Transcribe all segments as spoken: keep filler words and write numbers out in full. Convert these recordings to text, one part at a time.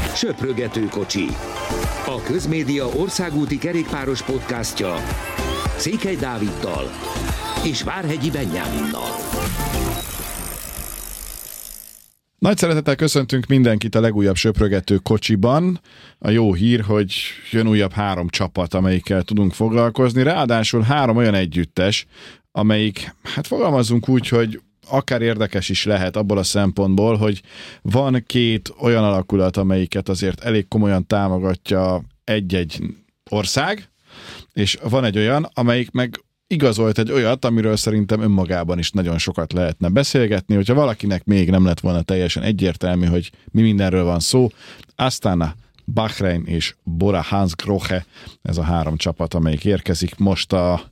Söprögető kocsi. A Közmédia országúti kerékpáros podcastja Székely Dáviddal és Várhegyi Benyáminnal. Nagy szeretettel köszöntünk mindenkit a legújabb Söprögető kocsiban. A jó hír, hogy jön újabb három csapat, amelyikkel tudunk foglalkozni. Ráadásul három olyan együttes, amelyik, hát fogalmazzunk úgy, hogy akár érdekes is lehet abból a szempontból, hogy van két olyan alakulat, amelyiket azért elég komolyan támogatja egy-egy ország, és van egy olyan, amelyik meg igazolt egy olyat, amiről szerintem önmagában is nagyon sokat lehetne beszélgetni, hogyha valakinek még nem lett volna teljesen egyértelmű, hogy mi mindenről van szó. Astana, Bahrein és Bora Hansgrohe, ez a három csapat, amelyik érkezik most a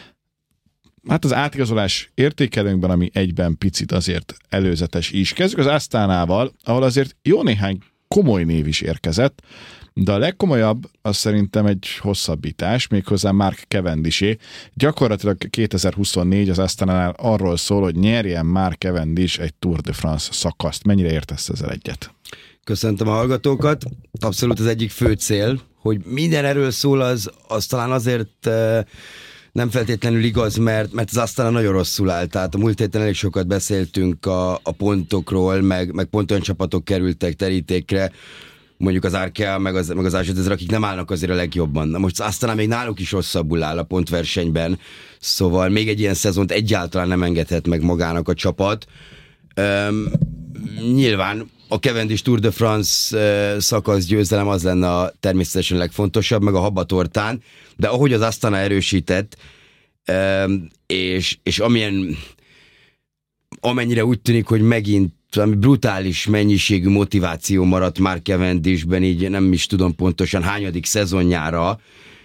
hát az átigazolás értékelőnkben, ami egyben picit azért előzetes is. Kezdjük az Astanával, ahol azért jó néhány komoly név is érkezett, de a legkomolyabb az szerintem egy hosszabbítás, méghozzá Mark Cavendishé. Gyakorlatilag kétezer-huszonnégy az Astanánál arról szól, hogy nyerjen Mark Cavendish egy Tour de France szakaszt. Mennyire értesz ezzel egyet? Köszöntöm a hallgatókat. Abszolút az egyik fő cél, hogy minden erről szól, az, az talán azért nem feltétlenül igaz, mert, mert az Astana nagyon rosszul áll. Tehát a múlt héten elég sokat beszéltünk a, a pontokról, meg, meg pont olyan csapatok kerültek terítékre, mondjuk az Arkea, meg az, meg az Ásod, akik nem állnak azért a legjobban. Na most aztán még náluk is rosszabbul áll a pontversenyben, szóval még egy ilyen szezont egyáltalán nem engedhet meg magának a csapat. Üm, nyilván a Cavendish Tour de France uh, szakasz győzelem az lenne a természetesen legfontosabb, meg a habatortán, de ahogy az Astana erősített, um, és, és amilyen amennyire úgy tűnik, hogy megint ami brutális mennyiségű motiváció maradt már Cavendishben, így nem is tudom pontosan hányadik szezonjára.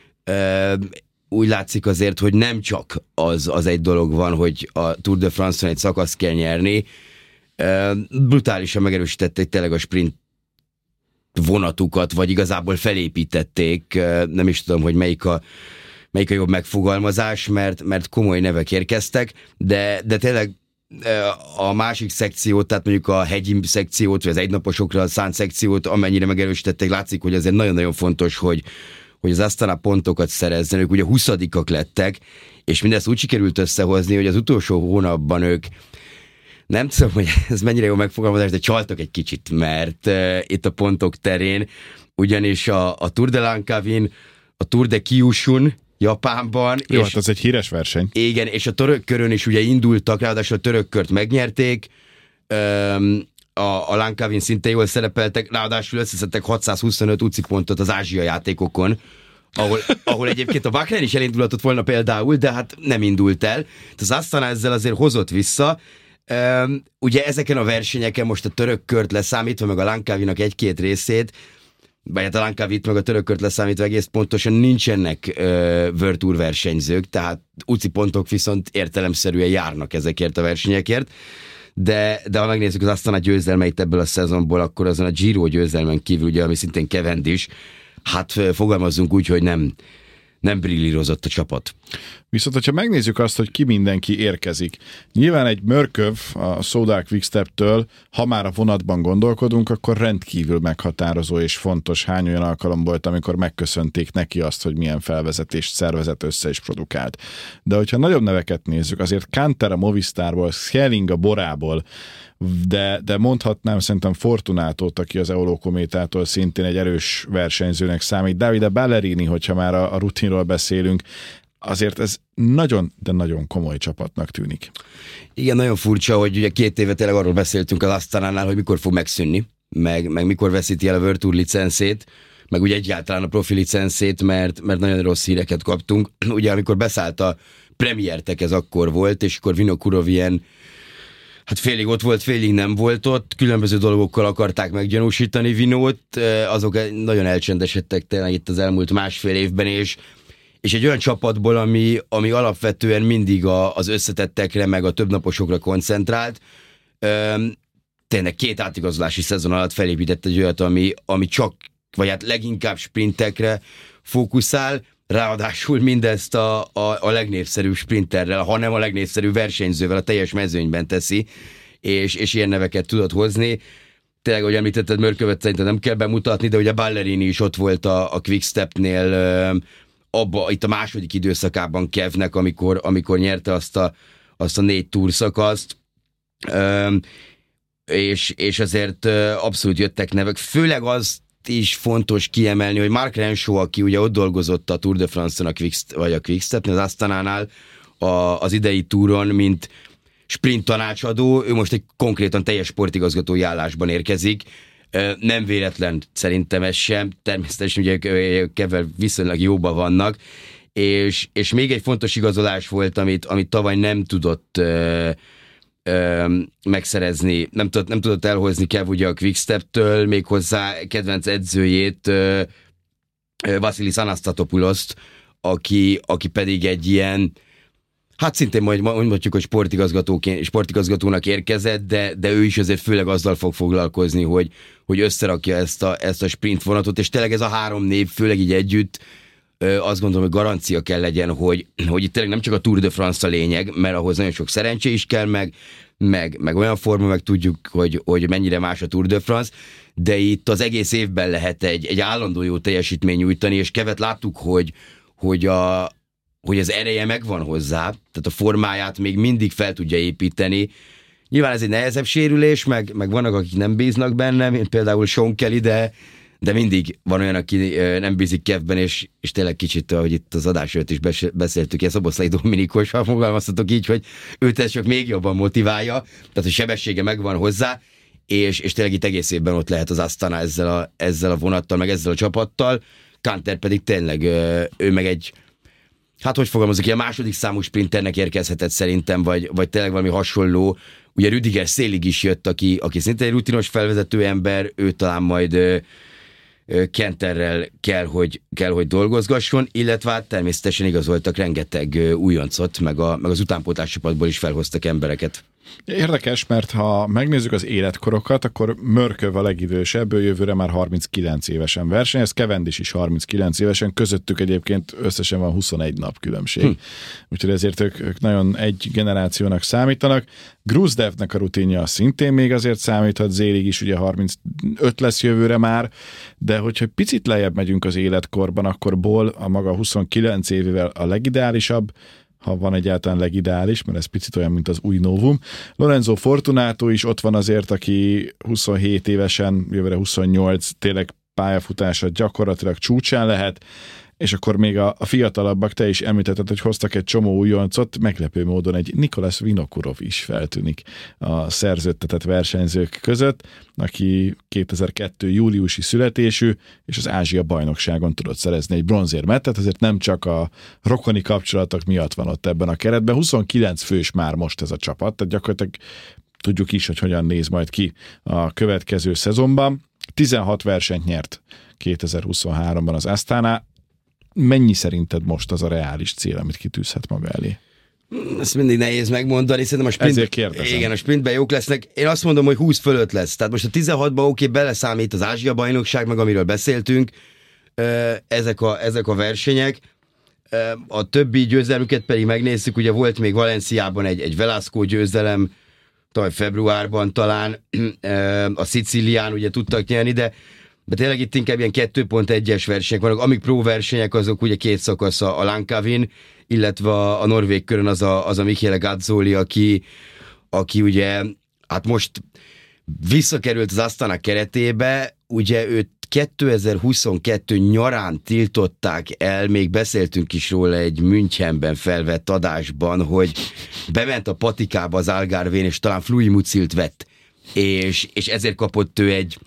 Úgy látszik azért, hogy nem csak az, az egy dolog van, hogy a Tour de France-on egy szakaszt kell nyerni. Brutálisan megerősítették tényleg a sprint vonatukat, vagy igazából felépítették. Nem is tudom, hogy melyik a, melyik a jobb megfogalmazás, mert, mert komoly nevek érkeztek, de, de tényleg a másik szekciót, tehát mondjuk a hegyi szekciót, vagy az egynaposokra szánt szekciót, amennyire megerősítették, látszik, hogy azért nagyon-nagyon fontos, hogy, hogy az Astana pontokat szerezzen. Ők ugye huszadikak lettek, és mindezt úgy sikerült összehozni, hogy az utolsó hónapban ők, nem tudom, hogy ez mennyire jó megfogalmazás, de csaltak egy kicsit, mert uh, itt a pontok terén, ugyanis a, a Tour de Langkavin, a Tour de Kyushu Japánban. Jó, és, hát ez egy híres verseny. Igen, és a török körön is ugye indultak, ráadásul a török kört megnyerték, Öm, a, a Langkavin szintén jól szerepeltek, ráadásul összeszedtek hatszázhuszonöt uci pontot az Ázsia játékokon, ahol, ahol egyébként a Bahrein is elindulhatott volna például, de hát nem indult el. Az Astana ezzel azért hozott vissza. Öm, ugye ezeken a versenyeken most a török kört leszámítva, meg a Langkavinnak egy-két részét, vagy hát a Langkavit meg a törökkört leszámítva egész pontosan nincsenek uh, World Tour versenyzők, tehát uci pontok viszont értelemszerűen járnak ezekért a versenyekért, de, de ha megnézzük az Astana győzelmeit ebből a szezonból, akkor azon a Giro győzelmen kívül, ugye, ami szintén Cavendish, hát fogalmazzunk úgy, hogy nem, nem brillírozott a csapat. Viszont, hogyha megnézzük azt, hogy ki mindenki érkezik. Nyilván egy Mörköv a Soudal Quick-Step-től, ha már a vonatban gondolkodunk, akkor rendkívül meghatározó és fontos. Hány olyan alkalom volt, amikor megköszönték neki azt, hogy milyen felvezetést szervezett össze és produkált. De hogyha nagyobb neveket nézzük, azért Kanter a Movistarból, Schelling a Borából, de, de mondhatnám szerintem Fortunatót, aki az Eurokométától szintén egy erős versenyzőnek számít. Davide Ballerini, hogyha már a, a rutinról beszélünk, azért ez nagyon, de nagyon komoly csapatnak tűnik. Igen, nagyon furcsa, hogy ugye két éve tényleg arról beszéltünk az Astanánál, hogy mikor fog megszűnni, meg, meg mikor veszíti el a World Tour licenszét, meg ugye egyáltalán a profi licenszét, mert, mert nagyon rossz híreket kaptunk. Ugye amikor beszállt a Premiertek, ez akkor volt, és akkor Vinokurov ilyen, hát félig ott volt, félig nem volt ott, különböző dolgokkal akarták meggyanúsítani Vinót, azok nagyon elcsendesedtek tényleg itt az elmúlt másfél évben, és és egy olyan csapatból, ami, ami alapvetően mindig a, az összetettekre, meg a többnaposokra koncentrált, öm, tényleg két átigazolási szezon alatt felépített egy olyat, ami, ami csak, vagy hát leginkább sprintekre fókuszál, ráadásul mindezt a, a, a legnépszerűbb sprinterrel, hanem a legnépszerűbb versenyzővel a teljes mezőnyben teszi, és, és ilyen neveket tudott hozni. tényleg, ahogy említetted, Mörkövet szerintem nem kell bemutatni, de ugye Ballerini is ott volt a, a Quickstepnél, abba, itt a második időszakában Kevnek, amikor, amikor nyerte azt a, azt a négy túrszakaszt, és, és ezért abszolút jöttek nevek, főleg azt is fontos kiemelni, hogy Mark Renshaw, aki ugye ott dolgozott a Tour de France-on, a Quickstep, vagy a Quickstepnél, az Astánánál a, az idei túron, mint sprint tanácsadó, ő most egy konkrétan teljes sportigazgatói állásban érkezik. Nem véletlen szerintem ez sem, természetesen ugye Kevvel viszonylag jóban vannak, és, és még egy fontos igazolás volt, amit, amit tavaly nem tudott ö, ö, megszerezni, nem tudott, nem tudott elhozni Kev ugye a Quickstep-től, méghozzá kedvenc edzőjét, ö, Vasilis Anastatopoulost, aki, aki pedig egy ilyen, hát szintén majd mondhatjuk, hogy sportigazgatóként, sportigazgatónak érkezett, de, de ő is azért főleg azzal fog foglalkozni, hogy, hogy összerakja ezt a, ezt a sprint vonatot, és tényleg ez a három név, főleg így együtt, azt gondolom, hogy garancia kell legyen, hogy, hogy itt tényleg nem csak a Tour de France a lényeg, mert ahhoz nagyon sok szerencsé is kell, meg, meg, meg olyan forma, meg tudjuk, hogy, hogy mennyire más a Tour de France, de itt az egész évben lehet egy, egy állandó jó teljesítmény nyújtani, és Kevet láttuk, hogy, hogy a hogy az ereje megvan hozzá, tehát a formáját még mindig fel tudja építeni. Nyilván ez egy nehezebb sérülés, meg, meg vannak, akik nem bíznak benne, mint például Sean Kelly, de, de mindig van olyan, aki nem bízik Kevben, és, és tényleg kicsit, ahogy itt az adás előtt is beszéltük, ilyen Szoboszlai Dominikos, ha fogalmaztatok így, hogy őt ez csak még jobban motiválja, tehát a sebessége megvan hozzá, és, és tényleg itt egész évben ott lehet az Astana ezzel a, ezzel a vonattal, meg ezzel a csapattal. Kanter pedig tényleg, ő meg egy, hát hogy fogalmazok, ilyen második számú sprinternek érkezhetett szerintem, vagy, vagy tényleg valami hasonló. Ugye Rüdiger Szélig is jött, aki, aki szintén egy rutinos felvezető ember, ő talán majd ö, ö, Kenterrel kell hogy, kell, hogy dolgozgasson, illetve hát természetesen igazoltak rengeteg ö, újoncot, meg, a, meg az utánpótlás csapatból is felhoztak embereket. Érdekes, mert ha megnézzük az életkorokat, akkor Mörköv a legidősebb, ő jövőre már harminckilenc évesen versenyez, Cavendish is harminckilenc évesen, közöttük egyébként összesen van huszonegy nap különbség. Hm. Úgyhogy ezért ők, ők nagyon egy generációnak számítanak. Gruzdevnek a rutinja szintén még azért számíthat, Zélig is ugye harmincöt lesz jövőre már, de hogyha picit lejjebb megyünk az életkorban, akkor Boll a maga huszonkilenc évével a legideálisabb, ha van egyáltalán legideális, mert ez picit olyan, mint az új novum. Lorenzo Fortunato is ott van azért, aki huszonhét évesen, jövőre huszonnyolc, tényleg pályafutása gyakorlatilag csúcsán lehet, és akkor még a, a fiatalabbak, te is említetted, hogy hoztak egy csomó újoncot, meglepő módon egy Nikolás Vinokurov is feltűnik a szerződtetett versenyzők között, aki kétezer-kettő júliusi születésű, és az Ázsia bajnokságon tudott szerezni egy bronzérmet, tehát azért nem csak a rokoni kapcsolatok miatt van ott ebben a keretben, huszonkilenc fős már most ez a csapat, tehát gyakorlatilag tudjuk is, hogy hogyan néz majd ki a következő szezonban. tizenhat versenyt nyert kétezer-huszonháromban az Astana. Mennyi szerinted most az a reális cél, amit kitűzhet maga elé? Ezt mindig nehéz megmondani, szerintem a sprint, ezért kérdezem. Igen, a sprintben jók lesznek. Én azt mondom, hogy húsz fölött lesz. Tehát most a tizenhatban oké, okay, beleszámít az Ázsia bajnokság, meg amiről beszéltünk, ezek a, ezek a versenyek. A többi győzelmüket pedig megnézzük, ugye volt még Valenciában egy, egy Velasco győzelem, tavaly februárban talán, a Szicílián ugye tudtak nyerni, de de tényleg itt inkább ilyen kettő pont egyes versenyek vannak, amik pro versenyek, azok ugye két szakasz a Langkawi, illetve a, a norvég körön az a, az a Michele Gazzoli, aki, aki ugye, hát most visszakerült az Astana keretébe, ugye őt kétezer-huszonkettő nyarán tiltották el, még beszéltünk is róla egy Münchenben felvett adásban, hogy bement a patikába az Algarvén, és talán fluimucilt vett, és, és ezért kapott ő egy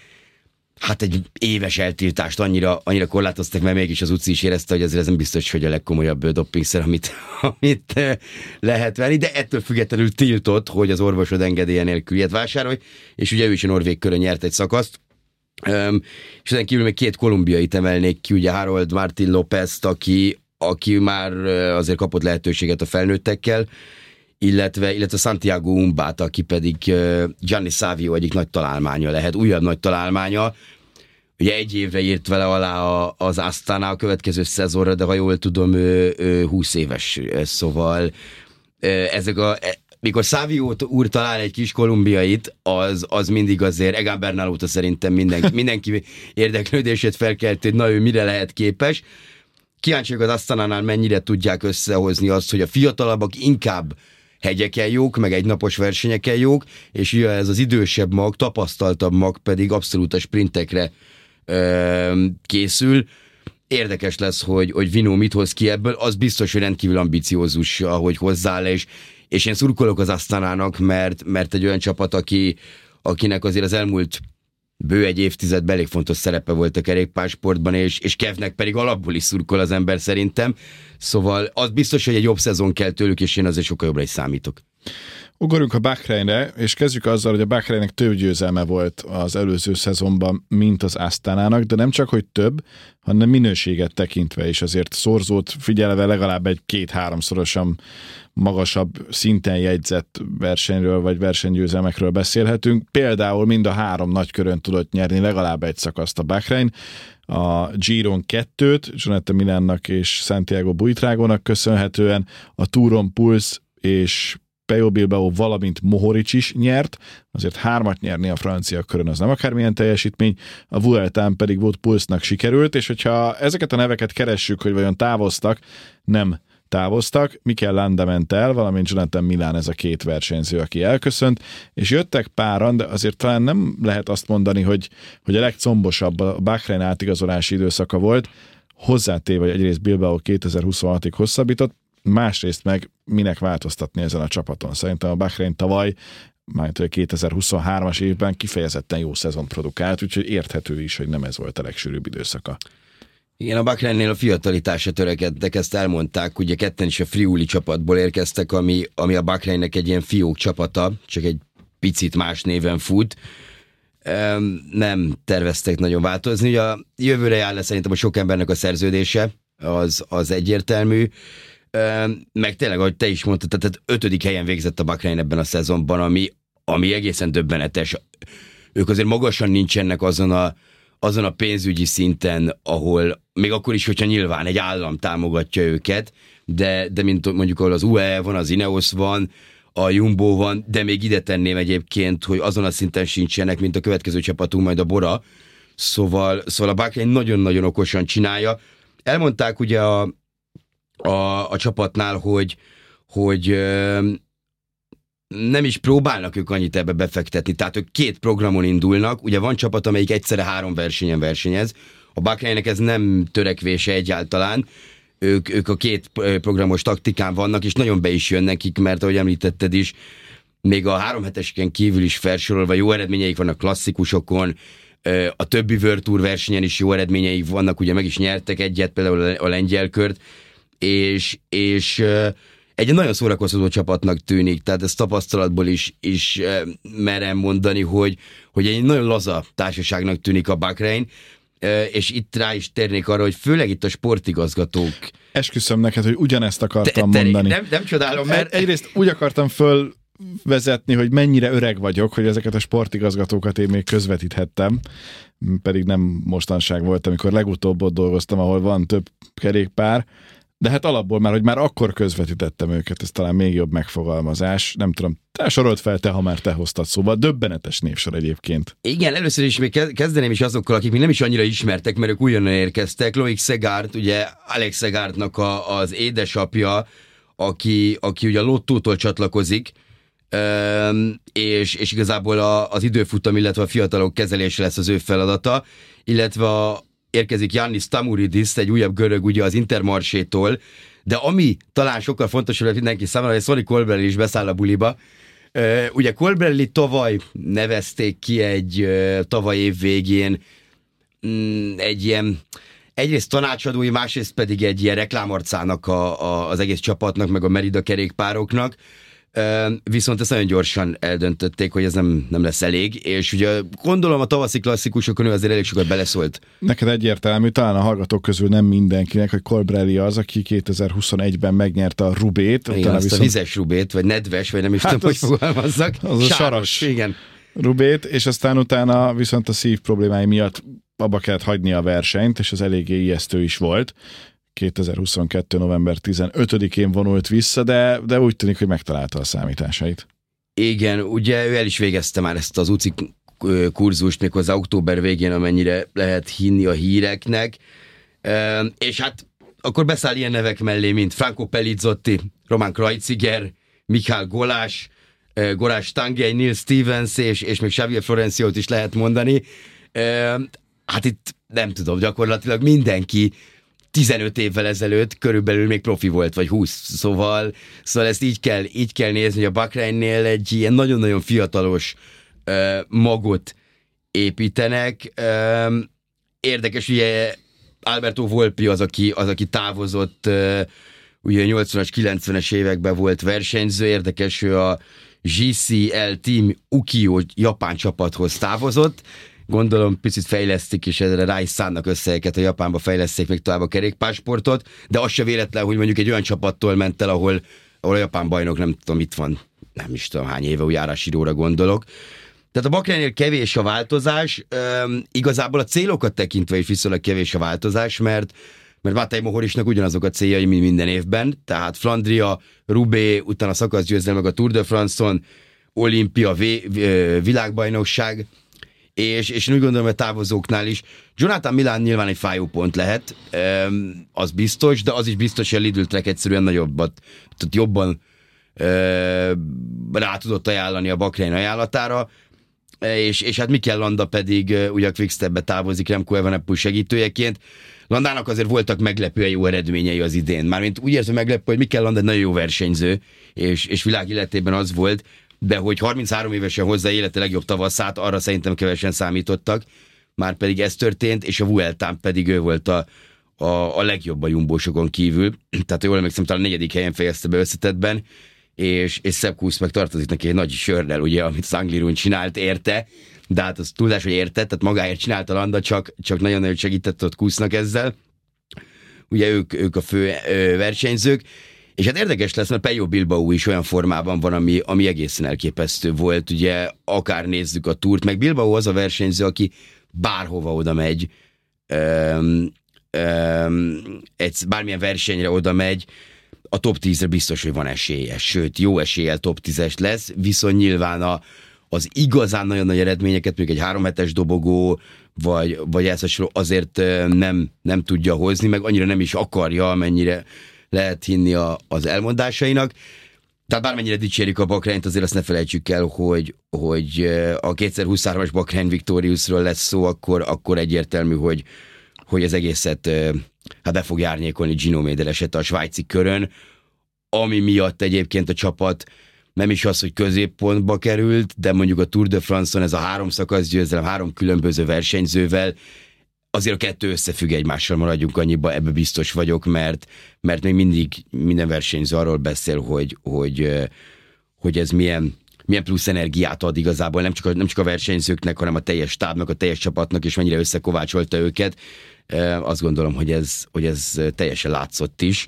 hát egy éves eltiltást annyira, annyira korlátoztak, mert mégis az uci is érezte, hogy azért ez nem biztos, hogy a legkomolyabb doppingszer, amit, amit lehet venni, de ettől függetlenül tiltott, hogy az orvosod engedélye nélkül ilyet vásárolj, és ugye ő is a norvég körön nyert egy szakaszt, um, és ezen kívül még két kolumbiait emelnék ki, ugye Harold Martin Lópezt, aki, aki már azért kapott lehetőséget a felnőttekkel, illetve, illetve Santiago Umbát, aki pedig Gianni Savio egyik nagy találmánya lehet, újabb nagy találmánya. Ugye egy évre írt vele alá az Astana a következő szezonra, de ha jól tudom, ő, ő húsz éves, szóval ezek a, mikor Savio úr talál egy kis kolumbiait, az, az mindig azért, Egan Bernal óta szerintem mindenki, mindenki érdeklődését felkeltő, hogy na ő mire lehet képes. Kíváncsiak az Asztanánál mennyire tudják összehozni azt, hogy a fiatalabbak inkább hegyeken jók, meg egynapos versenyeken jók, és ugye ez az idősebb mag, tapasztaltabb mag pedig abszolút a sprintekre ö, készül. Érdekes lesz, hogy, hogy Vinó mit hoz ki ebből, az biztos, hogy rendkívül ambiciózus, ahogy hozzááll, és, és én szurkolok az Asztanának, mert, mert egy olyan csapat, aki, akinek azért az elmúlt bő egy évtizedben elég fontos szerepe volt a kerékpársportban, és, és Kevnek pedig alapból is szurkol az ember szerintem. Szóval az biztos, hogy egy jobb szezon kell tőlük, és én azért sokkal jobbra is számítok. Ugorjunk a Bahreinre, és kezdjük azzal, hogy a Bahreinnek több győzelme volt az előző szezonban, mint az Astanának, de nem csak, hogy több, hanem minőséget tekintve is azért szorzót figyelve legalább egy két-háromszorosan magasabb szinten jegyzett versenyről vagy versenygyőzelmekről beszélhetünk. Például mind a három nagykörön tudott nyerni legalább egy szakaszt a Bahrein, a Giron kettőt, Jonathan Milánnak és Santiago Buitragónak köszönhetően, a Touron Puls és Peyo Bilbao, valamint Mohoric is nyert, azért hármat nyerni a francia körön az nem akármilyen teljesítmény, a Vueltán pedig volt Pulsnak sikerült, és hogyha ezeket a neveket keressük, hogy vajon távoztak, nem távoztak, Mikel Landa ment el, valamint Jonathan Milán, ez a két versenyző, aki elköszönt, és jöttek páran, de azért talán nem lehet azt mondani, hogy, hogy a legcombosabb a Bahrein átigazolási időszaka volt, hozzátéve, hogy egyrészt Bilbao kétezer-huszonhatig hosszabbított, másrészt meg minek változtatni ezen a csapaton. Szerintem a Bahrein tavaly, már a kétezer-huszonhármas évben kifejezetten jó szezon produkált, úgyhogy érthető is, hogy nem ez volt a legsűrűbb időszaka. Igen, a Bahreinnél a fiatalitásra törekedtek, ezt elmondták, ugye ketten is a Friuli csapatból érkeztek, ami, ami a Bahreinnek egy ilyen fiók csapata, csak egy picit más néven fut. Nem terveztek nagyon változni. Ugye a jövőre jár le szerintem a sok embernek a szerződése, az, az egyértelmű. Meg tényleg, ahogy te is mondtad, tehát ötödik helyen végzett a Bahrein ebben a szezonban, ami, ami egészen döbbenetes. Ők azért magasan nincsenek azon a, azon a pénzügyi szinten, ahol még akkor is, hogyha nyilván egy állam támogatja őket, de, de mint mondjuk ahol az u á é van, az Ineos van, a Jumbo van, de még ide tenném egyébként, hogy azon a szinten sincsenek, mint a következő csapatunk, majd a Bora. Szóval, szóval a Bahrein nagyon-nagyon okosan csinálja. Elmondták ugye a A, a csapatnál, hogy, hogy ö, nem is próbálnak ők annyit ebbe befektetni, tehát ők két programon indulnak, ugye van csapat, amelyik egyszerre három versenyen versenyez, a Bahreinnek ez nem törekvése egyáltalán, ők, ők a két programos taktikán vannak, és nagyon be is jön nekik, mert ahogy említetted is, még a három heteseken kívül is felsorolva jó eredményeik vannak klasszikusokon, a többi World Tour versenyen is jó eredményeik vannak, ugye meg is nyertek egyet, például a lengyel kört, és, és egy nagyon szórakoztató csapatnak tűnik, tehát ezt tapasztalatból is, is merem mondani, hogy, hogy egy nagyon laza társaságnak tűnik a Bahrein, és itt rá is térnék arra, hogy főleg itt a sportigazgatók. Esküszöm neked, hogy ugyanezt akartam te, te, mondani. Nem, nem csodálom, mert... Egy, egyrészt úgy akartam fölvezetni, hogy mennyire öreg vagyok, hogy ezeket a sportigazgatókat én még közvetíthettem, pedig nem mostanság volt, amikor legutóbb ott dolgoztam, ahol van több kerékpár, de hát alapból már, hogy már akkor közvetítettem őket, ez talán még jobb megfogalmazás. Nem tudom, te sorolt fel te, ha már te hoztad szóba. Döbbenetes névsor egyébként. Igen, először is még kezdeném is azokkal, akik még nem is annyira ismertek, mert ők újonnan érkeztek. Loic Segard, ugye Alex Segardnak a, az édesapja, aki, aki ugye a Lottótól csatlakozik, és, és igazából a, az időfutam, illetve a fiatalok kezelése lesz az ő feladata, illetve a érkezik Yannis Tamouridis, egy újabb görög ugye az Intermarché-tól, de ami talán sokkal fontosabb mindenki számára, hogy Sonny Colbrelli is beszáll a buliba. Uh, ugye Colbrelli tavaly nevezték ki egy uh, tavaly év végén um, egy ilyen egyrészt tanácsadói, másrészt pedig egy ilyen reklámarcának a, a, az egész csapatnak, meg a Merida kerékpároknak. Uh, viszont ezt nagyon gyorsan eldöntötték, hogy ez nem, nem lesz elég, és ugye gondolom a tavaszi klasszikusokon ő azért elég sokat beleszólt. Neked egyértelmű, talán a hallgatók közül nem mindenkinek, hogy Colbrelli az, aki kétezer-huszonegyben megnyerte a Rubét. Igen, azt viszont... a vizes Rubét, vagy nedves, vagy nem is hát tudom, az, hogy fogalmazzak. Az a saras igen. Rubét, és aztán utána viszont a szív problémái miatt abba kellett hagyni a versenyt, és az eléggé ijesztő is volt. kétezer-huszonkettő. november tizenötödikén vonult vissza, de, de úgy tűnik, hogy megtalálta a számításait. Igen, ugye ő el is végezte már ezt az u cé i kurzust méghozzá október végén, amennyire lehet hinni a híreknek, és hát akkor beszáll ilyen nevek mellé, mint Franco Pelizzotti, Roman Kreuziger, Michal Golás, Gorazd Tanguy, Neil Stevens és, és még Xavier Florenciót is lehet mondani. Hát itt nem tudom, gyakorlatilag mindenki tizenöt évvel ezelőtt körülbelül még profi volt, vagy húsz, szóval, szóval ezt így kell, így kell nézni, hogy a Bahreinnél egy ilyen nagyon-nagyon fiatalos uh, magot építenek. Uh, érdekes, ugye Alberto Volpi az, aki, az, aki távozott, uh, ugye a nyolcvanas, kilencvenes években volt versenyző, érdekes, ő a gé cé el Team Ukiyo japán csapathoz távozott. Gondolom picit fejlesztik, és erre rá is szánnak összegeket, a Japánba fejleszték még tovább a kerékpársportot, de az se véletlen, hogy mondjuk egy olyan csapattól ment el, ahol, ahol a japán bajnok nem tudom, itt van, nem is tudom hány éve, úgy Arashidóra gondolok. Tehát a Bahreinnél kevés a változás, üm, igazából a célokat tekintve is viszonylag kevés a változás, mert mert Matej Mohorisnak ugyanazok a céljai, mint minden évben, tehát Flandria, Roubaix, utána szakaszgyőzelem, a Tour de France-on, Olimpia, v- v- világbajnokság, és, és én úgy gondolom, hogy a távozóknál is. Jonathan Milán nyilván egy fájó pont lehet, az biztos, de az is biztos, hogy a Lidl Trek egyszerűen nagyobbat, tehát jobban rá tudott ajánlani a Bahrein ajánlatára, és, és hát Mikel Landa pedig ugye a Quickstepbe távozik Remco Evenepoel segítőjeként. Landának azért voltak meglepően jó eredményei az idén. Mármint úgy érzem meglepő, hogy Mikel Landa egy nagyon jó versenyző, és, és világ életében az volt, de hogy harminchárom évesen hozzá élete legjobb tavaszát, arra szerintem kevesen számítottak, már pedig ez történt, és a Vueltán pedig ő volt a, a, a legjobb a jumbósokon kívül, tehát jól emlékszem, talán a negyedik helyen fejezte be összetettben, és, és Sepp Kuss meg tartozik neki egy nagy sörrel, ugye, amit Sanglirun csinált érte, de hát az túlzás, hogy érte, tehát magáért csinálta Landa, csak, csak nagyon-nagyon segített ott Kussnak ezzel, ugye ők, ők a fő ö, versenyzők, és hát érdekes lesz, mert Pello Bilbao is olyan formában van, ami, ami egészen elképesztő volt, ugye akár nézzük a túrt, meg Bilbao az a versenyző, aki bárhova oda megy, öm, öm, egy, bármilyen versenyre oda megy, a top tízre biztos, hogy van esélye, sőt, jó eséllyel top tízes lesz, viszont nyilván a, az igazán nagyon nagy eredményeket, mondjuk egy három hetes dobogó, vagy, vagy ez azért nem, nem tudja hozni, meg annyira nem is akarja, amennyire lehet hinni a, az elmondásainak. Tehát bármennyire dicsérjük a Bahreint, azért azt ne felejtsük el, hogy, hogy a kétezer-huszonhármas Bahrein Victoriusról lesz szó, akkor, akkor egyértelmű, hogy, hogy az egészet hát be fog árnyékolni Gino Mäder esete a svájci körön, ami miatt egyébként a csapat nem is az, hogy középpontba került, de mondjuk a Tour de France-on ez a három szakasz győzelem, három különböző versenyzővel, azért a kettő összefügg egymással, maradjunk annyiba, ebbe biztos vagyok, mert, mert még mindig minden versenyző arról beszél, hogy, hogy, hogy ez milyen, milyen plusz energiát ad igazából, nem csak, a, nem csak a versenyzőknek, hanem a teljes stábnak, a teljes csapatnak, és mennyire összekovácsolta őket. Azt gondolom, hogy ez, hogy ez teljesen látszott is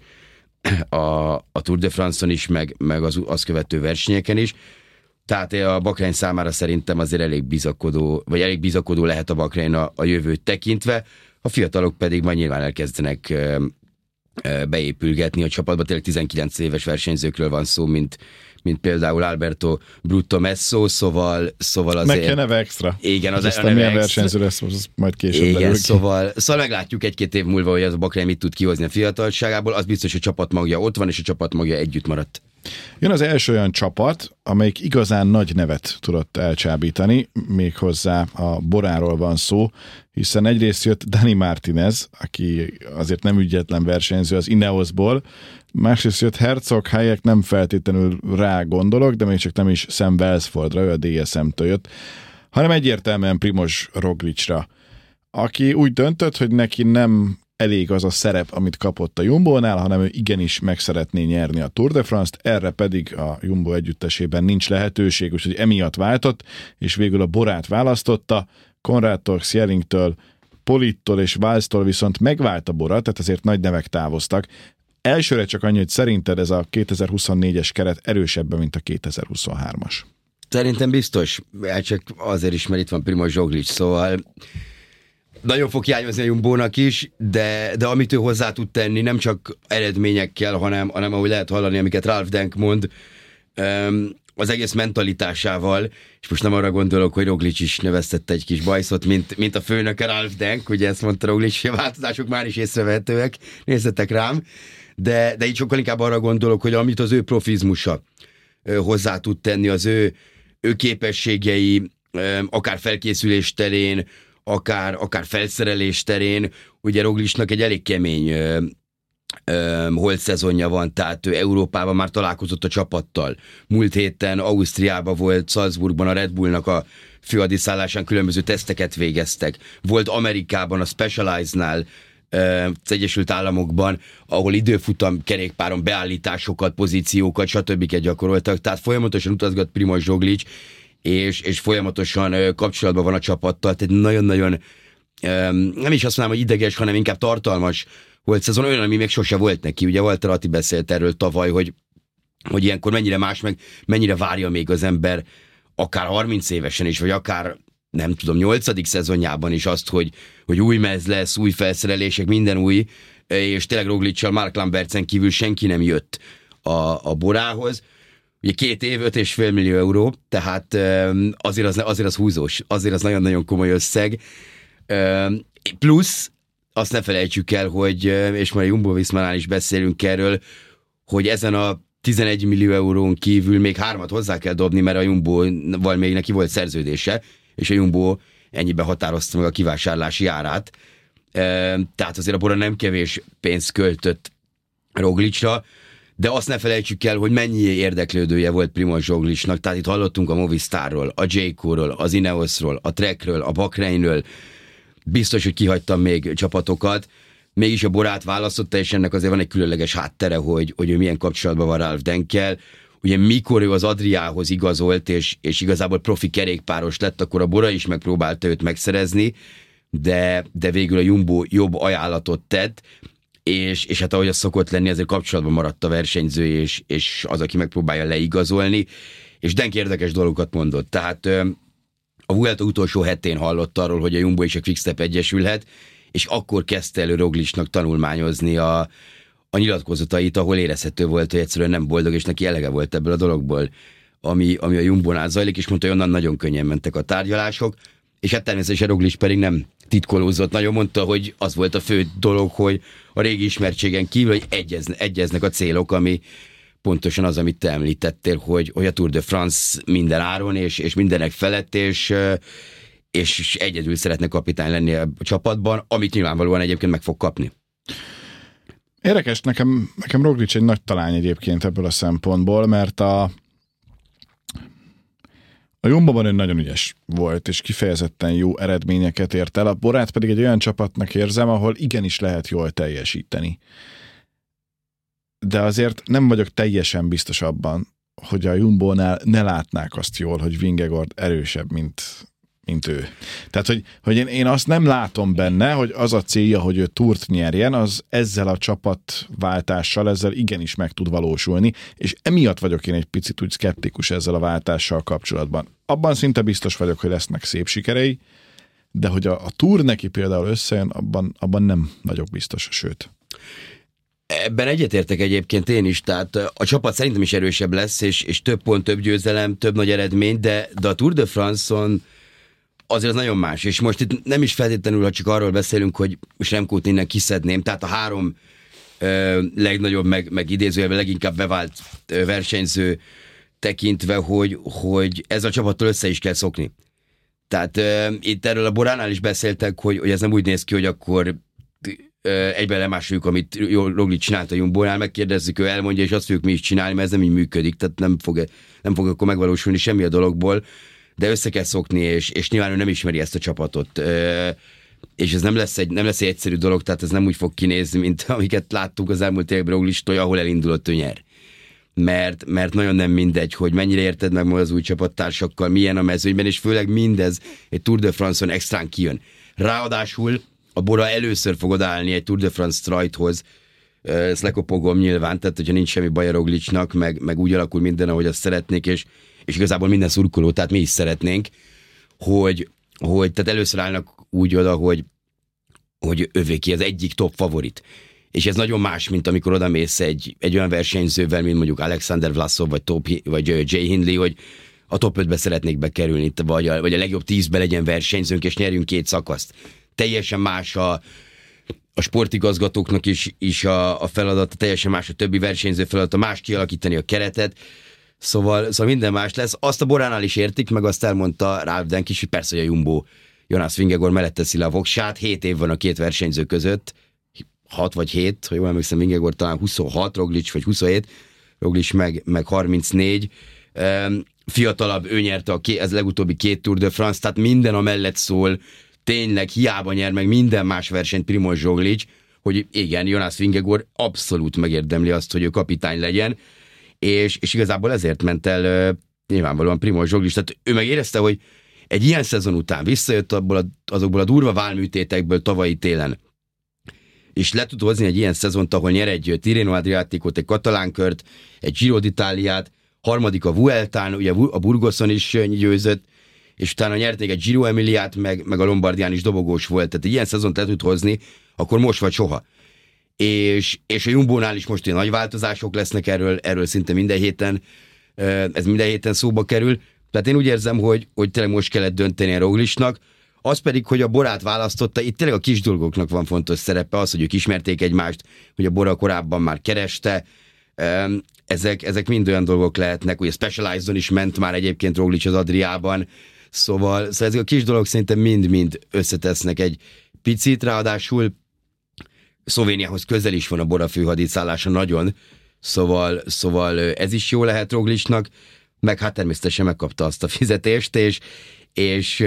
a, a Tour de France-on is, meg, meg az azt követő versenyeken is. Tehát a Bahrein számára szerintem azért elég bizakodó, vagy elég bizakodó lehet a Bahrein a, a jövőt tekintve, a fiatalok pedig majd nyilván elkezdenek ö, ö, beépülgetni a csapatba, tényleg tizenkilenc éves versenyzőkről van szó, mint, mint például Alberto Brutto Messo, szóval, szóval azért... Meg kell neve extra. Igen, az, az a neve milyen extra. versenyző lesz, az majd később Igen, derül ki. szóval, szóval meglátjuk egy-két év múlva, hogy az a Bahrein mit tud kihozni a fiatalságából, az biztos, hogy a csapatmagja ott van, és a csapatmagja együtt maradt. Jön az első olyan csapat, amelyik igazán nagy nevet tudott elcsábítani, méghozzá a Boráról van szó, hiszen egyrészt jött Dani Martinez, aki azért nem ügyetlen versenyző az Ineosból, másrészt jött Herzog, Hayek nem feltétlenül rá gondolok, de még csak nem is Sam Welsfordra, ő a dé es em-től jött, hanem egyértelműen Primož Roglicra, aki úgy döntött, hogy neki nem elég az a szerep, amit kapott a Jumbo-nál, hanem ő igenis meg szeretné nyerni a Tour de France-t, erre pedig a Jumbo együttesében nincs lehetőség, úgyhogy emiatt váltott, és végül a Borát választotta, Konrádtól, Sjellingtől, Polittól és Walstól viszont megvált a Bora, tehát azért nagy nevek távoztak. Elsőre csak annyi, hogy szerinted ez a kétezer-huszonnégyes keret erősebben, mint a nagyon fog hiányozni a Jumbónak is, de, de amit ő hozzá tud tenni, nem csak eredményekkel, hanem, hanem ahogy lehet hallani, amiket Ralph Denk mond, az egész mentalitásával, és most nem arra gondolok, hogy Roglic is növesztette egy kis bajszot, mint, mint a főnöke Ralph Denk, ugye ezt mondta Roglic, hogy a változások már is észrevehetőek, nézzetek rám, de, de így sokkal inkább arra gondolok, hogy amit az ő profizmusa hozzá tud tenni, az ő, ő képességei, akár felkészülés terén, akár, akár felszerelés terén, ugye Roglicnak egy elég kemény holt szezonja van, tehát ő Európában már találkozott a csapattal. Múlt héten Ausztriában volt, Salzburgban a Red Bullnak a főadiszállásán különböző teszteket végeztek. Volt Amerikában a Specialized-nál, az Egyesült Államokban, ahol időfutam kerékpáron beállításokat, pozíciókat, stb. Gyakoroltak, tehát folyamatosan utazgat Primož Roglic, és, és folyamatosan kapcsolatban van a csapattal, tehát nagyon-nagyon nem is azt mondom, hogy ideges, hanem inkább tartalmas volt szezon, olyan, ami még sose volt neki. Ugye Walter Atti beszélt erről tavaly, hogy, hogy ilyenkor mennyire más, meg mennyire várja még az ember akár harminc évesen is, vagy akár nem tudom, nyolcadik szezonjában is azt, hogy, hogy új mez lesz, új felszerelések, minden új, és tényleg Roglic-sal Mark Lambertsen kívül senki nem jött a, a Borához. Ugye két év, öt és fél millió euró, tehát azért az, azért az húzós, azért az nagyon-nagyon komoly összeg. Plusz azt ne felejtsük el, hogy, és már a Jumbo-Viszmánál is beszélünk erről, hogy ezen a tizenegy millió eurón kívül még hármat hozzá kell dobni, mert a Jumbo-val még neki volt szerződése, és a Jumbo ennyiben határozta meg a kivásárlási árát. Tehát azért a Bora nem kevés pénzt költött Roglicra, de azt ne felejtsük el, hogy mennyi érdeklődője volt Primož Roglicnak, tehát itt hallottunk a Movistarról, a Jayco-ról, az Ineosról, a Trekről, a Bakreinről, biztos, hogy kihagytam még csapatokat, mégis a Borát választotta, és ennek azért van egy különleges háttere, hogy, hogy ő milyen kapcsolatban van Ralph Denkkel. Ugye mikor ő az Adriához igazolt, és, és igazából profi kerékpáros lett, akkor a Bora is megpróbálta őt megszerezni, de, de végül a Jumbo jobb ajánlatot tett, és, és hát ahogy az szokott lenni, ezért kapcsolatban maradt a versenyző, és, és az, aki megpróbálja leigazolni, és Denk érdekes dolgokat mondott. Tehát a Vuelta utolsó hetén hallott arról, hogy a Jumbo és a Quickstep egyesülhet, és akkor kezdte elő Roglicnak tanulmányozni a, a nyilatkozatait, ahol érezhető volt, hogy egyszerűen nem boldog, és neki elege volt ebből a dologból, ami, ami a Jumbonál zajlik, és mondta, hogy onnan nagyon könnyen mentek a tárgyalások, és hát természetesen Roglic pedig nem titkolózott, nagyon mondta, hogy az volt a fő dolog, hogy a régi ismertségen kívül, hogy egyezne, egyeznek a célok, ami pontosan az, amit te említettél, hogy, hogy a Tour de France minden áron, és, és mindenek felett, és, és egyedül szeretne kapitány lenni a csapatban, amit nyilvánvalóan egyébként meg fog kapni. Érdekes, nekem, nekem Roglic egy nagy talány egyébként ebből a szempontból, mert a, a Jumbo-ban ő nagyon ügyes volt, és kifejezetten jó eredményeket ért el. A Borát pedig egy olyan csapatnak érzem, ahol igenis lehet jól teljesíteni. De azért nem vagyok teljesen biztos abban, hogy a Jumbo-nál ne látnák azt jól, hogy Vingegaard erősebb, mint, mint ő. Tehát, hogy, hogy én, én azt nem látom benne, hogy az a célja, hogy ő túrt nyerjen, az ezzel a csapatváltással, ezzel igenis meg tud valósulni, és emiatt vagyok én egy picit úgy szkeptikus ezzel a váltással kapcsolatban. Abban szinte biztos vagyok, hogy lesznek szép sikerei, de hogy a, a túr neki például összejön, abban, abban nem vagyok biztos, sőt. Ebben egyetértek egyébként én is, tehát a csapat szerintem is erősebb lesz, és, és több pont, több győzelem, több nagy eredmény, de, de a Tour de France-on azért az nagyon más, és most itt nem is feltétlenül, ha csak arról beszélünk, hogy most Remkót innen kiszedném, tehát a három ö, legnagyobb, meg, meg idézőjelben leginkább bevált ö, versenyző tekintve, hogy, hogy ez a csapattól össze is kell szokni. Tehát ö, itt erről a Boránál is beszéltek, hogy, hogy ez nem úgy néz ki, hogy akkor egyben lemásoljuk, amit Roglic csinált a Jumbónál, megkérdezzük, ő elmondja, és azt fogjuk mi is csinálni, mert ez nem így működik, tehát nem fog, nem fog akkor megvalósulni semmi a dologból, de össze kell szokni, és, és nyilván ő nem ismeri ezt a csapatot. És ez nem lesz, egy, nem lesz egy egyszerű dolog, tehát ez nem úgy fog kinézni, mint amiket láttunk az elmúlt években Roglictól, ahol elindulott, ő nyer. Mert, mert nagyon nem mindegy, hogy mennyire érted meg majd az új csapattársakkal, milyen a mezőnyben, és főleg mindez egy Tour de France-on extrán kijön. Ráadásul a Bora először fog odaállni egy Tour de France Strajthoz, ezt lekopogom nyilván, tehát hogyha nincs semmi baj a Roglicnak, meg, meg úgy alakul minden, ahogy azt szeretnék, és, és igazából minden szurkoló, tehát mi is szeretnénk, hogy, hogy tehát először állnak úgy oda, hogy hogy övéki az egyik top favorit. És ez nagyon más, mint amikor odamész egy, egy olyan versenyzővel, mint mondjuk Alexander Vlasov, vagy, top, vagy Jay Hindley, hogy a top ötbe szeretnék bekerülni, vagy a, vagy a legjobb tízbe legyen versenyzőnk, és nyerjünk két szakaszt. Teljesen más a, a sportigazgatóknak is, is a, a feladata, teljesen más a többi versenyző feladata, más kialakítani a keretet, szóval, szóval minden más lesz. Azt a Boránál is értik, meg azt elmondta Ralf Denk is, hogy persze, hogy a Jumbo Jonas Vingegaard mellett teszi le a voksát, hét év van a két versenyző között, hat vagy hét, ha jól emlékszem, Vingegaard talán huszonhat, Roglic vagy huszonhét, Roglic meg, meg harmincnégy. Um, fiatalabb, ő nyerte a ké, ez legutóbbi két Tour de France, tehát minden a mellett szól, tényleg hiába nyer meg minden más versenyt Primož Roglic, hogy igen, Jonas Vingegaard abszolút megérdemli azt, hogy ő kapitány legyen, és, és igazából ezért ment el uh, nyilvánvalóan Primož Roglic, tehát ő megérezte, hogy egy ilyen szezon után visszajött abból a, azokból a durva válműtétekből tavalyi télen, és le tud hozni egy ilyen szezont, ahol nyer egy Tirreno Adriaticot, egy katalánkört, egy Giro d'Italiát, harmadik a Vueltán, ugye a Burgoson is győzött, és utána nyert még egy Giro Emiliát, meg, meg a Lombardián is dobogós volt, tehát egy ilyen szezont le tud hozni, akkor most vagy soha. És, és a Jumbónál is most ilyen nagy változások lesznek, erről, erről szinte minden héten, ez minden héten szóba kerül, tehát én úgy érzem, hogy, hogy tényleg most kellett dönteni a Roglicnak, az pedig, hogy a Borát választotta, itt tényleg a kis dolgoknak van fontos szerepe, az, hogy ők ismerték egymást, hogy a Bora korábban már kereste, ezek, ezek mind olyan dolgok lehetnek, ugye Specialized-on is ment már egyébként Roglic az Adriában, szóval, szóval ezek a kis dolgok szerintem mind-mind összetesznek egy picit, ráadásul Szlovéniához közel is van a Bora főhadicállása nagyon, szóval, szóval ez is jó lehet Roglicnak, meg hát természetesen megkapta azt a fizetést, és, és,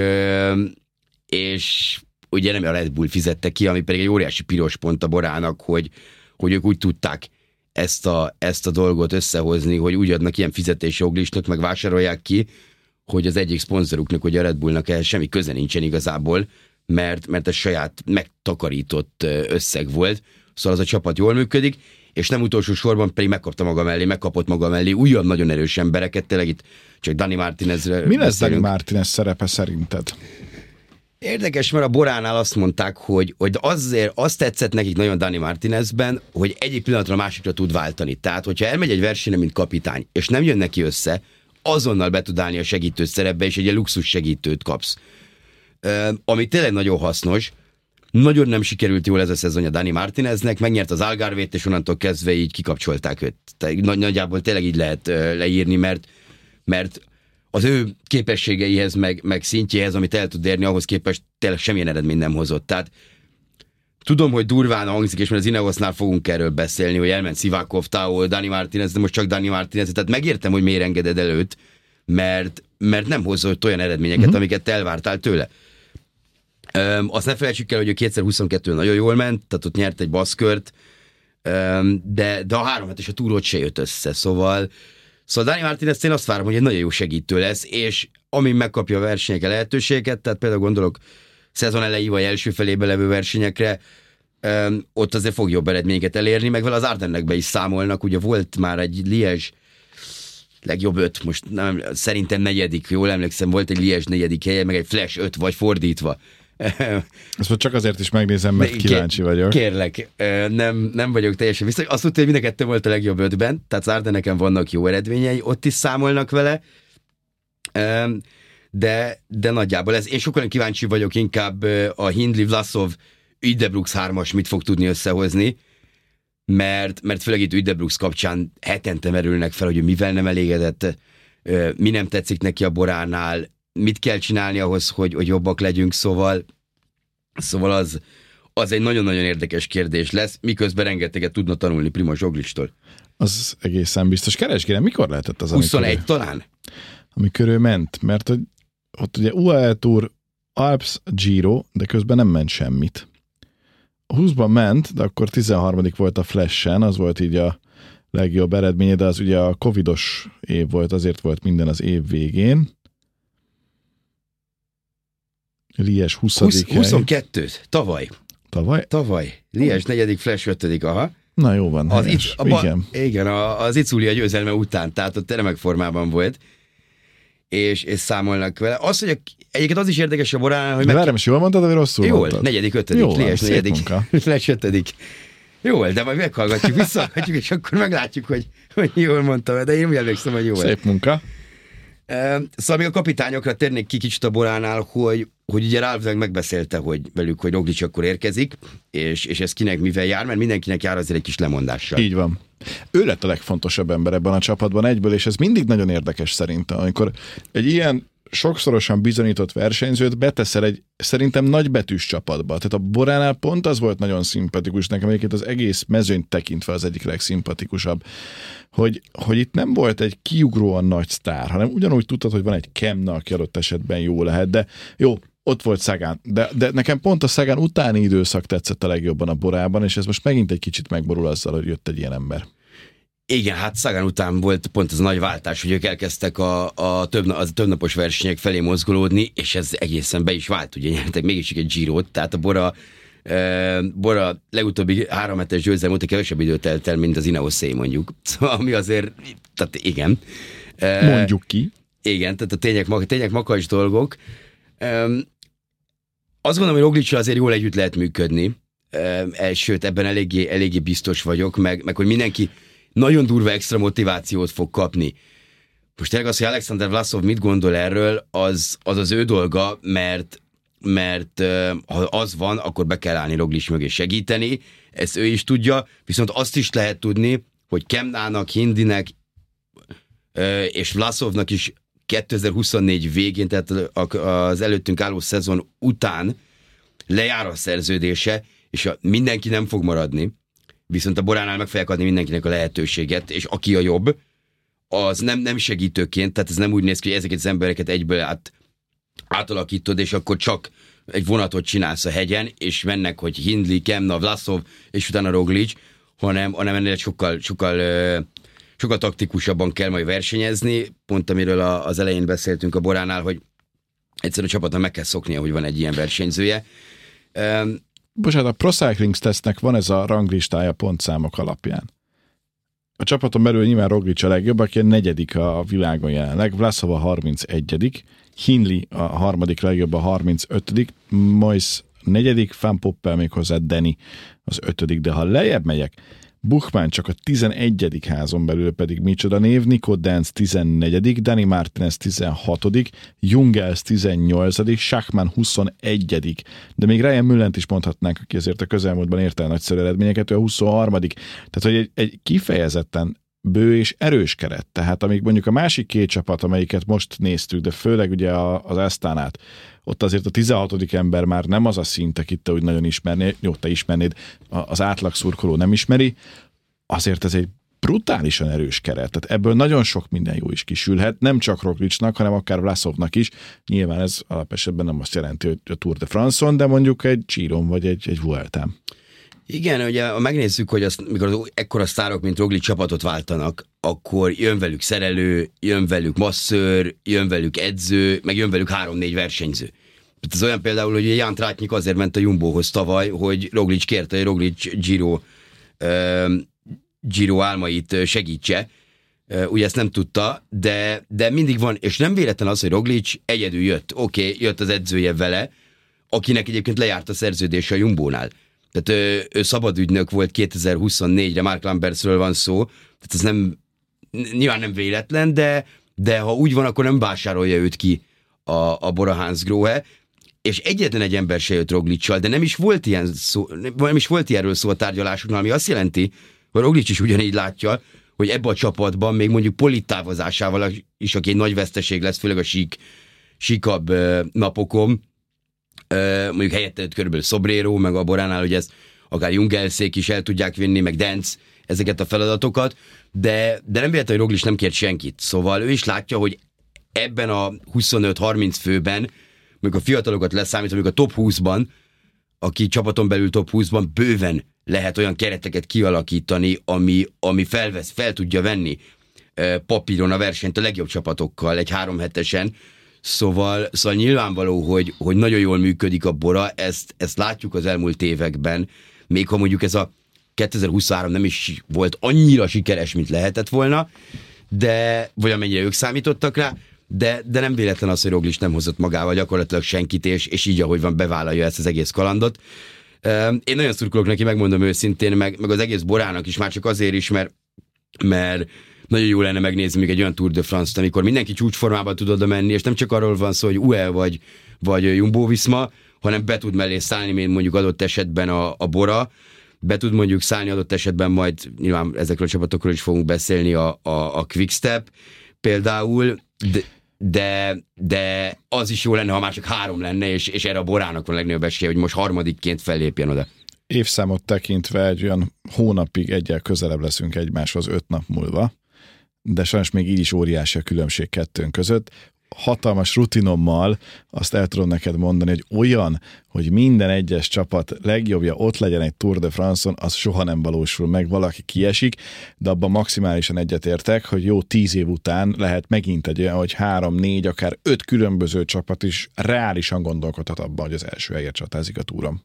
és ugye nem a Red Bull fizette ki, ami pedig egy óriási piros pont a Borának, hogy, hogy ők úgy tudták ezt a, ezt a dolgot összehozni, hogy úgy adnak ilyen fizetés Roglicnak, meg vásárolják ki, hogy az egyik szponzoruknak, hogy a Red Bullnak ehhez semmi köze nincsen igazából, mert, mert ez saját megtakarított összeg volt, szóval az a csapat jól működik, és nem utolsó sorban pedig megkapta maga mellé, megkapott maga mellé újabb nagyon erős embereket, tényleg itt csak Dani Martinezre Mi lesz Dani Martinez szerepe szerinted? Érdekes, mert a Boránál azt mondták, hogy, hogy azért azt tetszett nekik nagyon Dani Martinezben, hogy egyik pillanatra a másikra tud váltani. Tehát, hogyha elmegy egy versenyre, mint kapitány, és nem jön neki össze, azonnal be tud állni a segítő szerepbe, és egy ilyen luxus segítőt kapsz. Ami tényleg nagyon hasznos. Nagyon nem sikerült jól ez a szezonja Dani Martineznek, megnyert az Algarvét, és onnantól kezdve így kikapcsolták őt. Tehát nagyjából tényleg így lehet leírni, mert, mert az ő képességeihez, meg, meg szintjéhez, amit el tud érni, ahhoz képest tényleg semmilyen eredmény nem hozott. Tehát tudom, hogy durván hangzik, és mert az Ineosnál fogunk erről beszélni, hogy elment Sivakov, Tao, Dani Martinez, de most csak Dani Martinez, tehát megértem, hogy miért engeded előtt, mert, mert nem hozott olyan eredményeket, uh-huh. amiket te elvártál tőle. Um, azt ne felejtsük el, hogy ő kétezer-huszonkettőn nagyon jól ment, tehát ott nyert egy baszkört, um, de, de a három hetes a túrót se jött össze, szóval Szóval Dani Martinez, én azt várom, hogy egy nagyon jó segítő lesz, és amin megkapja a versenyek lehetőséget, tehát például gondolok szezon elejé vagy első felébe levő versenyekre, öm, ott azért fog jobb eredményeket elérni, meg vele az Ardennekbe is számolnak, ugye volt már egy Liège legjobb öt, most nem, szerintem negyedik, jól emlékszem, volt egy Liège negyedik helye, meg egy Flash öt, vagy fordítva. Ezt csak azért is megnézem, mert kíváncsi vagyok. Kérlek, nem, nem vagyok teljesen biztos. Azt tudta, hogy mind a kettő volt a legjobb ötben, tehát az Ardenneken vannak jó eredményei, ott is számolnak vele, de, de nagyjából ez. Én sokkal kíváncsi vagyok inkább a Hindley, Vlasov, Uijtdebroeks hármas mit fog tudni összehozni, mert, mert főleg itt Uijtdebroeks kapcsán hetente merülnek fel, hogy mivel nem elégedett, mi nem tetszik neki a Boránál, mit kell csinálni ahhoz, hogy, hogy jobbak legyünk, szóval, szóval az, az egy nagyon-nagyon érdekes kérdés lesz, miközben rengeteget tudna tanulni Primož Roglictól. Az egészen biztos. Keresgélem, mikor lehetett az, huszonegy ő, talán? Amikor ő ment, mert hogy ott ugye u á é Tour, Alps, Giro, de közben nem ment semmit. A húszban ment, de akkor tizenharmadik volt a Flash-en, az volt így a legjobb eredménye, de az ugye a covidos év volt, azért volt minden az év végén. Liège huszadik hely. huszonkettő, tavaly. Tavaly? Tavaly. Liège negyedik, Flash ötödik, aha. Na jó van, az itt, a ba, igen. Igen, a, az Iculia győzelme után, tehát ott remek formában volt, és, és számolnak vele. Az, hogy a, egyébként az is érdekes a Boránál, hogy... De várjam, és jól mondtad, vagy rosszul jól, mondtad? negyedik, ötödik, Jól, Lies negyedik, Lies ötödik. Jól, de majd meghallgatjuk, visszahallgatjuk, és akkor meglátjuk, hogy, hogy jól mondtam, de én úgy emlékszem, hogy jól. Szép munka. Szóval még a kapitányokra térnék ki kicsit a Boránál, hogy, hogy ugye Ralf megbeszélte hogy velük, hogy Roglic akkor érkezik, és, és ez kinek mivel jár, mert mindenkinek jár azért egy kis lemondással. Így van. Ő lett a legfontosabb ember ebben a csapatban egyből, és ez mindig nagyon érdekes szerintem, amikor egy ilyen sokszorosan bizonyított versenyzőt beteszel egy szerintem nagybetűs csapatba. Tehát a Boránál pont az volt nagyon szimpatikus, nekem egyébként az egész mezőnyt tekintve az egyik legszimpatikusabb, hogy, hogy itt nem volt egy kiugróan nagy sztár, hanem ugyanúgy tudtad, hogy van egy Kemna, aki adott esetben jó lehet, de jó, ott volt Sagan, de, de nekem pont a Sagan utáni időszak tetszett a legjobban a Borában, és ez most megint egy kicsit megborul azzal, hogy jött egy ilyen ember. Igen, hát Sagan után volt pont ez a nagy váltás, hogy ők elkezdtek a, a, több, a többnapos versenyek felé mozgolódni, és ez egészen be is vált, ugye nyertek mégis egy Girot, tehát a Bora, e, Bora legutóbbi három hetes győzelem óta kevesebb időt telt el, mint az Ineoszé mondjuk. Szóval, ami azért, tehát igen. E, mondjuk ki. Igen, tehát a tények, tények makacs dolgok. E, azt gondolom, hogy Roglic azért jól együtt lehet működni, e, sőt, ebben eléggé, eléggé biztos vagyok, meg, meg hogy mindenki nagyon durva extra motivációt fog kapni. Most tényleg az, hogy Alexander Vlasov mit gondol erről, az az, az ő dolga, mert, mert ha az van, akkor be kell állni Roglic mögé segíteni, ezt ő is tudja, viszont azt is lehet tudni, hogy Kemnának, Hindinek és Vlasovnak is kétezer-huszonnégy végén, tehát az előttünk álló szezon után lejár a szerződése, és mindenki nem fog maradni. Viszont a Boránál meg fogják adni mindenkinek a lehetőséget, és aki a jobb, az nem, nem segítőként, tehát ez nem úgy néz ki, hogy ezeket az embereket egyből át, átalakítod, és akkor csak egy vonatot csinálsz a hegyen, és mennek, hogy Hindley, Kemna, Vlasov, és utána Roglic, hanem, hanem ennél sokkal, sokkal, sokkal taktikusabban kell majd versenyezni, pont amiről az elején beszéltünk a Boránál, hogy egyszerűen a csapatnak meg kell szoknia, hogy van egy ilyen versenyzője. Bocsánat, a Pro Cycling Testnek van ez a ranglistája pontszámok alapján. A csapaton belül nyilván Roglic a legjobb, aki a negyedik a világon jelenleg, Vlasov a harmincegyedik, Hindley a harmadik legjobb, a harmincötödik, Moyes negyedik, Van Poppel méghozzá Danny az ötödik, de ha lejjebb megyek, Buchmann csak a tizenegyedik házon belül pedig micsoda név, Nico Denz tizennegyedik, Dani Martinez tizenhatodik, Jungels tizennyolcadik, Schachmann huszonegyedik, de még Ryan Müllent is mondhatnánk, aki azért a közelmúltban ért el nagyszerű eredményeket, ő a huszonharmadik Tehát, hogy egy, egy kifejezetten bő és erős keret. Tehát amíg mondjuk a másik két csapat, amelyiket most néztük, de főleg ugye az Astánát, ott azért a tizenhatodik ember már nem az a szint, akit te úgy nagyon ismernéd, jó, te ismernéd, az átlag szurkoló nem ismeri, azért ez egy brutálisan erős keret. Tehát ebből nagyon sok minden jó is kisülhet, nem csak Roglicnak, hanem akár Vlasovnak is. Nyilván ez alapesetben nem azt jelenti, hogy a Tour de France-on, de mondjuk egy Giron vagy egy, egy Vueltán. Igen, ugye ha megnézzük, hogy azt, mikor az ekkora sztárok, mint Roglic csapatot váltanak, akkor jön velük szerelő, jön velük masszőr, jön velük edző, meg jön velük három-négy versenyző. Ez olyan például, hogy Jan Tratnik azért ment a Jumbohoz tavaly, hogy Roglic kérte, hogy Roglic Giro, uh, Giro álmait segítse. Uh, ugye ezt nem tudta, de, de mindig van, és nem véletlen az, hogy Roglic egyedül jött. Oké, okay, jött az edzője vele, akinek egyébként lejárt a szerződése a Jumbónál. Tehát ő, ő szabadügynök volt kétezer-huszonnégyre, Mark Lambertsről van szó, tehát ez nem, nyilván nem véletlen, de, de ha úgy van, akkor nem vásárolja őt ki a, a Bora Hansgrohe, és egyetlen egy ember se jött Roglic-sal, de nem is volt ilyen szó, nem is volt ilyenről szó a tárgyalásoknál, ami azt jelenti, hogy Roglic is ugyanígy látja, hogy ebbe a csapatban még mondjuk Polit távozásával is, aki egy nagy veszteség lesz, főleg a sík, síkabb napokon, mondjuk helyette körülbelül Sobrero, meg a Boránál, hogy ezt akár Jungelszék is el tudják vinni, meg Denz, ezeket a feladatokat, de, de nem véletlen, hogy Roglic nem kért senkit. Szóval ő is látja, hogy ebben a huszonöt-harminc főben, mondjuk a fiatalokat leszámít, mondjuk a top húszban, aki csapaton belül top húszban bőven lehet olyan kereteket kialakítani, ami, ami felvesz, fel tudja venni papíron a versenyt a legjobb csapatokkal egy három hetesen. Szóval, szóval nyilvánvaló, hogy, hogy nagyon jól működik a Bora, ezt, ezt látjuk az elmúlt években, még ha mondjuk ez a kétezer-huszonhárom nem is volt annyira sikeres, mint lehetett volna, de vagy amennyire ők számítottak rá, de, de nem véletlen az, hogy Roglic nem hozott magával gyakorlatilag senkit, és, és így, ahogy van, bevállalja ezt az egész kalandot. Én nagyon szurkolok neki, megmondom őszintén, meg, meg az egész Borának is, már csak azért is, mert, mert nagyon jó lenne megnézni még egy olyan Tour de France-t, amikor mindenki csúcsformában tud oda menni, és nem csak arról van szó, hogy u e vagy, vagy Jumbo-Visma, hanem be tud mellé szállni, mint mondjuk adott esetben a, a Bora, be tud mondjuk szállni adott esetben, majd nyilván ezekről a csapatokról is fogunk beszélni, a, a, a Quickstep például, de, de, de az is jó lenne, ha már csak három lenne, és, és erre a Borának van a legnagyobb esélye, hogy most harmadikként fellépjen oda. Évszámot tekintve egy olyan hónapig egyel közelebb leszünk egymáshoz öt nap múlva, de sajnos még így is óriási a különbség kettőnk között. Hatalmas rutinommal azt el tudom neked mondani, hogy olyan, hogy minden egyes csapat legjobbja ott legyen egy Tour de France-on, az soha nem valósul meg, valaki kiesik, de abban maximálisan egyetértek, hogy jó tíz év után lehet megint egy olyan, hogy három, négy, akár öt különböző csapat is reálisan gondolkodhat abban, hogy az első helyért csatázik a túron.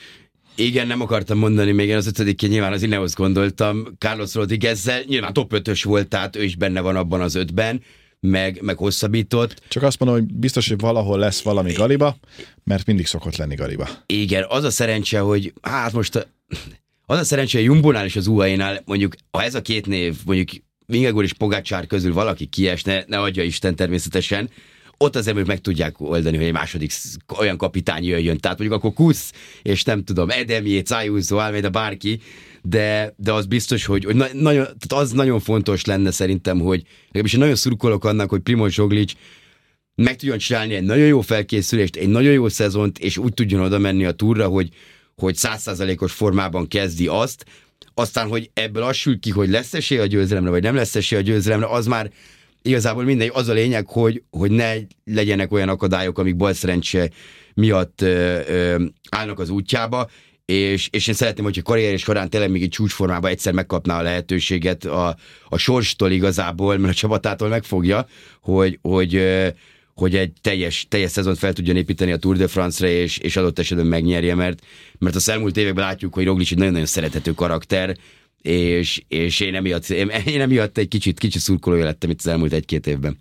Igen, nem akartam mondani, még én az ötödikén nyilván az Ineos gondoltam, Carlos Rodriguezzel, nyilván top ötös volt, tehát ő is benne van abban az ötben, meg, meg hosszabbított. Csak azt mondom, hogy biztos, hogy valahol lesz valami galiba, mert mindig szokott lenni galiba. Igen, az a szerencse, hogy hát most a, az a szerencse, hogy Jumbónál és az u á é-nál mondjuk, ha ez a két név, mondjuk Vingegaard és Pogačar közül valaki kiesne, ne adja Isten természetesen, ott azért még meg tudják oldani, hogy egy második olyan kapitány jöjjön. Tehát mondjuk akkor Kusz, és nem tudom, Edemjé, Ayuso, Almeida, bárki, de, de az biztos, hogy, hogy na, nagyon, tehát az nagyon fontos lenne szerintem, hogy legalábbis én nagyon szurkolok annak, hogy Primož Roglič meg tudjon csinálni egy nagyon jó felkészülést, egy nagyon jó szezont, és úgy tudjon oda menni a túrra, hogy, hogy száz százalékos formában kezdi azt, aztán, hogy ebből az sül ki, hogy lesz esély a győzelemre, vagy nem lesz esély a győzelemre, az már igazából mindegy, az a lényeg, hogy, hogy ne legyenek olyan akadályok, amik balszerencse miatt ö, ö, állnak az útjába, és, és én szeretném, hogyha karrierje során tényleg még egy csúcsformában egyszer megkapná a lehetőséget a, a sorstól igazából, mert a csapatától megfogja, hogy, hogy, ö, hogy egy teljes, teljes szezont fel tudjon építeni a Tour de France-ra, és, és adott esetben megnyerje, mert, mert az elmúlt években látjuk, hogy Roglič egy nagyon-nagyon szerethető karakter, és, és én emiatt, én, én emiatt egy kicsit, kicsit szurkolója lettem itt az elmúlt egy-két évben.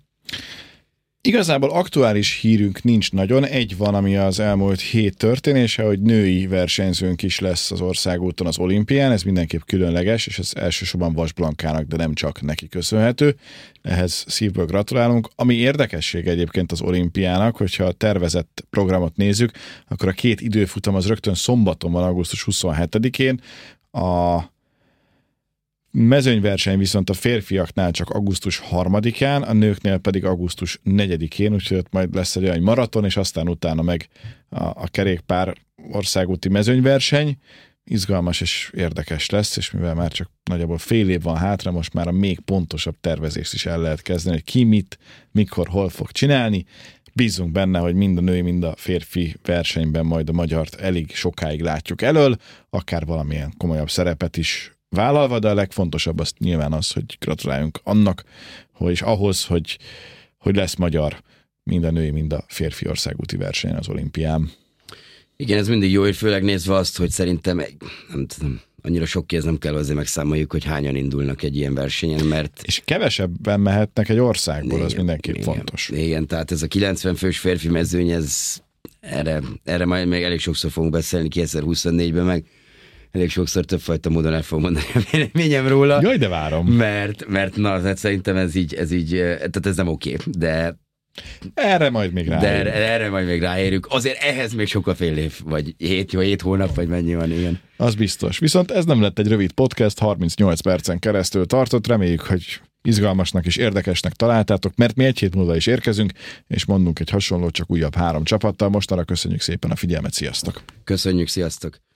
Igazából aktuális hírünk nincs nagyon. Egy van, ami az elmúlt hét történése, hogy női versenyzőnk is lesz az országúton az olimpián, ez mindenképp különleges, és ez elsősorban Vas Blankának, de nem csak neki köszönhető. Ehhez szívből gratulálunk. Ami érdekesség egyébként az olimpiának, hogyha a tervezett programot nézzük, akkor a két időfutam az rögtön szombaton van, augusztus huszonhetedikén, a mezőnyverseny viszont a férfiaknál csak augusztus harmadikán, a nőknél pedig augusztus negyedikén, úgyhogy ott majd lesz egy olyan maraton, és aztán utána meg a, a kerékpár országúti mezőnyverseny. Izgalmas és érdekes lesz, és mivel már csak nagyjából fél év van hátra, most már a még pontosabb tervezést is el lehet kezdeni, hogy ki mit, mikor, hol fog csinálni. Bízunk benne, hogy mind a női, mind a férfi versenyben majd a magyart elég sokáig látjuk elől, akár valamilyen komolyabb szerepet is vállalva, de a legfontosabb az nyilván az, hogy gratuláljunk annak, hogy és ahhoz, hogy, hogy lesz magyar mind a női, mind a férfi országúti versenyen az olimpián. Igen, ez mindig jó, hogy főleg nézve azt, hogy szerintem nem tudom, annyira sok kéz nem kell, azért megszámoljuk, hogy hányan indulnak egy ilyen versenyen, mert... És kevesebben mehetnek egy országból, igen, az mindenképp igen, fontos. Igen, tehát ez a kilencven fős férfi mezőny, ez erre, erre majd még elég sokszor fogunk beszélni kétezer-huszonnégyben, meg elég sokszor többfajta módon el fogom mondani a véleményem róla. Jaj, de várom. Mert, mert na, hát szerintem ez így, ez így, tehát ez nem oké, de... Erre majd még ráérünk. De erre, erre majd még ráérünk. Azért ehhez még sokkal fél év, vagy hét, jó, hét hónap, vagy mennyi van, igen. Az biztos. Viszont ez nem lett egy rövid podcast, harmincnyolc percen keresztül tartott. Reméljük, hogy izgalmasnak és érdekesnek találtátok, mert mi egy hét múlva is érkezünk, és mondunk egy hasonló, csak újabb három csapattal. Mostanra köszönjük szépen a figyelmet, sziasztok! Köszönjük, sziasztok!